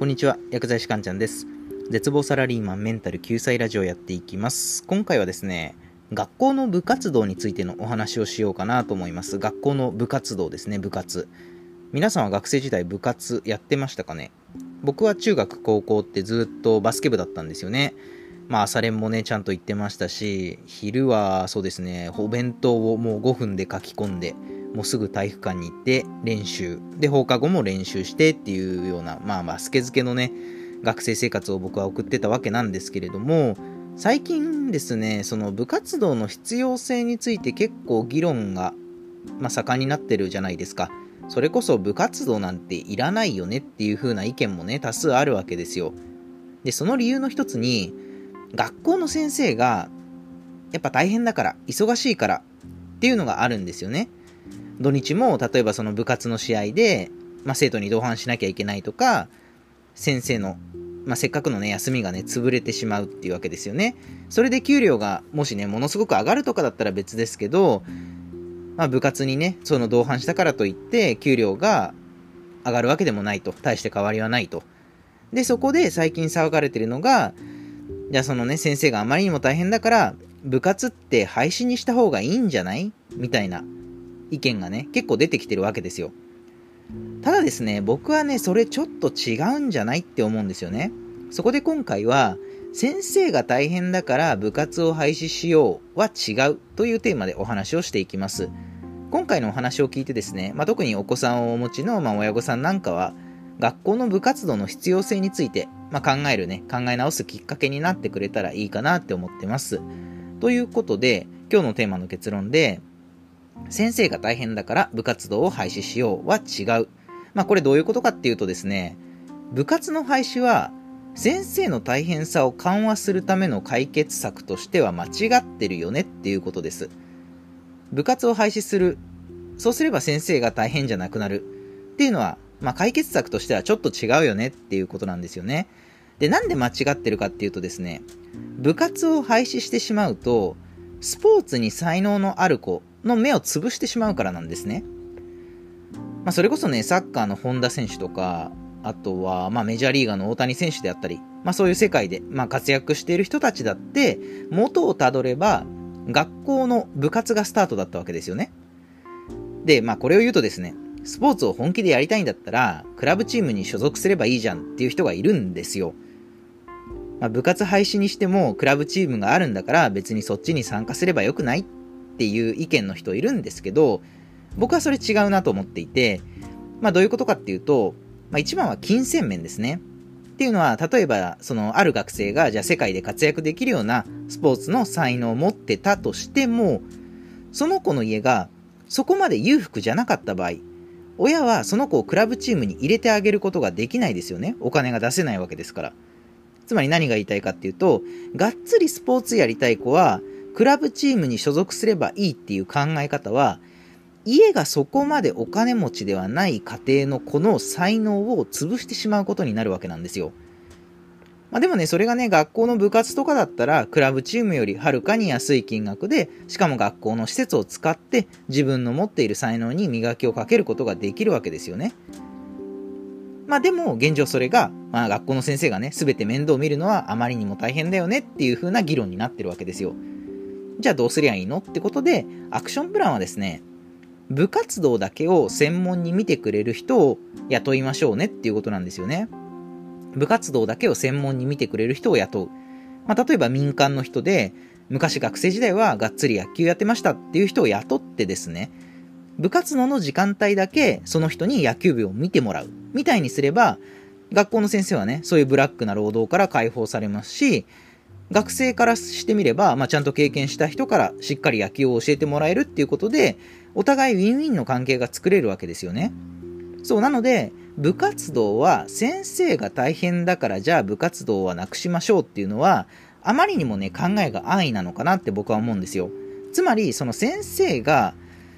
んにちは、薬剤師かんちゃんです。絶望サラリーマンメンタル救済ラジオをやっていきます。今回はですね、学校の部活動についてのお話をしようかなと思います。学校の部活動ですね、部活。皆さんは学生時代部活やってましたかね？僕は中学高校ってずっとバスケ部だったんですよね。朝練もねちゃんと行ってましたし、昼はそうですね、お弁当をもう5分で書き込んで、もうすぐ体育館に行って練習で、放課後も練習してっていうようなバスケ漬けのね学生生活を僕は送ってたわけなんですけれども、最近ですね、その部活動の必要性について結構議論が盛んになってるじゃないですか。それこそ部活動なんていらないよねっていう風な意見もね多数あるわけですよ。でその理由の一つに、学校の先生がやっぱ大変だから、忙しいからっていうのがあるんですよね。土日も例えばその部活の試合で、生徒に同伴しなきゃいけないとか、先生の、せっかくのね休みがね潰れてしまうっていうわけですよね。それで給料がもしねものすごく上がるとかだったら別ですけど、部活にねその同伴したからといって給料が上がるわけでもないと、大して変わりはないと。でそこで最近騒がれてるのが、じゃあそのね先生があまりにも大変だから部活って廃止にした方がいいんじゃないみたいな意見がね結構出てきてるわけですよ。ただですね、僕はねそれちょっと違うんじゃないって思うんですよね。そこで今回は、先生が大変だから部活を廃止しようは違うというテーマでお話をしていきます。今回のお話を聞いてですね、特にお子さんをお持ちの、親御さんなんかは学校の部活動の必要性について、考え直すきっかけになってくれたらいいかなって思ってます。ということで、今日のテーマの結論で、先生が大変だから部活動を廃止しようは違う。これどういうことかっていうとですね、部活の廃止は先生の大変さを緩和するための解決策としては間違ってるよねっていうことです。部活を廃止する、そうすれば先生が大変じゃなくなるっていうのは、解決策としてはちょっと違うよねっていうことなんですよね。で、なんで間違ってるかっていうとですね、部活を廃止してしまうと、スポーツに才能のある子の目を潰してしまうからなんですね。それこそね、サッカーの本田選手とか、あとはメジャーリーガーの大谷選手であったり、そういう世界で活躍している人たちだって、元をたどれば学校の部活がスタートだったわけですよね。で、これを言うとですね、スポーツを本気でやりたいんだったらクラブチームに所属すればいいじゃんっていう人がいるんですよ。部活廃止にしてもクラブチームがあるんだから別にそっちに参加すればよくないっていう意見の人いるんですけど、僕はそれ違うなと思っていて、どういうことかっていうと、一番は金銭面ですね。っていうのは、例えばそのある学生がじゃあ世界で活躍できるようなスポーツの才能を持ってたとしても、その子の家がそこまで裕福じゃなかった場合、親はその子をクラブチームに入れてあげることができないですよね。お金が出せないわけですから。つまり何が言いたいかっていうと、がっつりスポーツやりたい子はクラブチームに所属すればいいっていう考え方は、家がそこまでお金持ちではない家庭の子の才能を潰してしまうことになるわけなんですよ。でもね、それがね、学校の部活とかだったらクラブチームよりはるかに安い金額で、しかも学校の施設を使って自分の持っている才能に磨きをかけることができるわけですよね。でも現状それが、学校の先生がね全て面倒を見るのはあまりにも大変だよねっていう風な議論になってるわけですよ。じゃあどうすりゃいいのってことで、アクションプランはですね、部活動だけを専門に見てくれる人を雇いましょうねっていうことなんですよね。部活動だけを専門に見てくれる人を雇う。例えば民間の人で、昔学生時代はがっつり野球やってましたっていう人を雇ってですね、部活動の時間帯だけその人に野球部を見てもらうみたいにすれば、学校の先生はねそういうブラックな労働から解放されますし、学生からしてみれば、ちゃんと経験した人からしっかり野球を教えてもらえるっていうことで、お互いウィンウィンの関係が作れるわけですよね。そうなので、部活動は先生が大変だからじゃあ部活動はなくしましょうっていうのは、あまりにもね考えが安易なのかなって僕は思うんですよ。つまりその先生が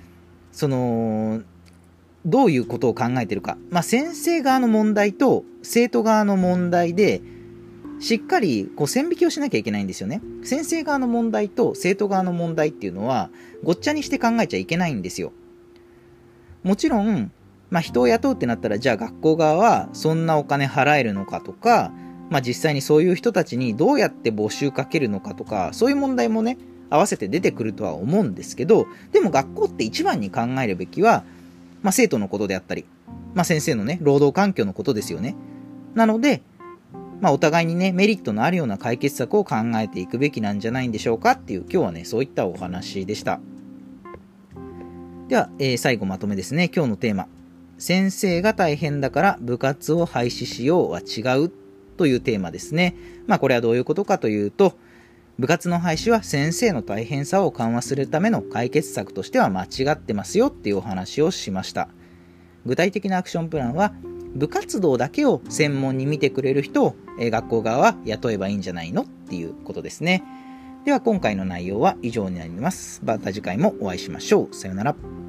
どういうことを考えてるか、先生側の問題と生徒側の問題でしっかり線引きをしなきゃいけないんですよね。先生側の問題と生徒側の問題っていうのはごっちゃにして考えちゃいけないんですよ。もちろん人を雇うってなったら、じゃあ学校側はそんなお金払えるのかとか、実際にそういう人たちにどうやって募集かけるのかとか、そういう問題もね、合わせて出てくるとは思うんですけど、でも学校って一番に考えるべきは、生徒のことであったり、先生のね、労働環境のことですよね。なので、お互いにね、メリットのあるような解決策を考えていくべきなんじゃないんでしょうかっていう、今日はね、そういったお話でした。では、最後まとめですね。今日のテーマ。先生が大変だから部活を廃止しようは違うというテーマですね。これはどういうことかというと、部活の廃止は先生の大変さを緩和するための解決策としては間違ってますよっていうお話をしました。具体的なアクションプランは、部活動だけを専門に見てくれる人を学校側は雇えばいいんじゃないのっていうことですね。では今回の内容は以上になります。また次回もお会いしましょう。さようなら。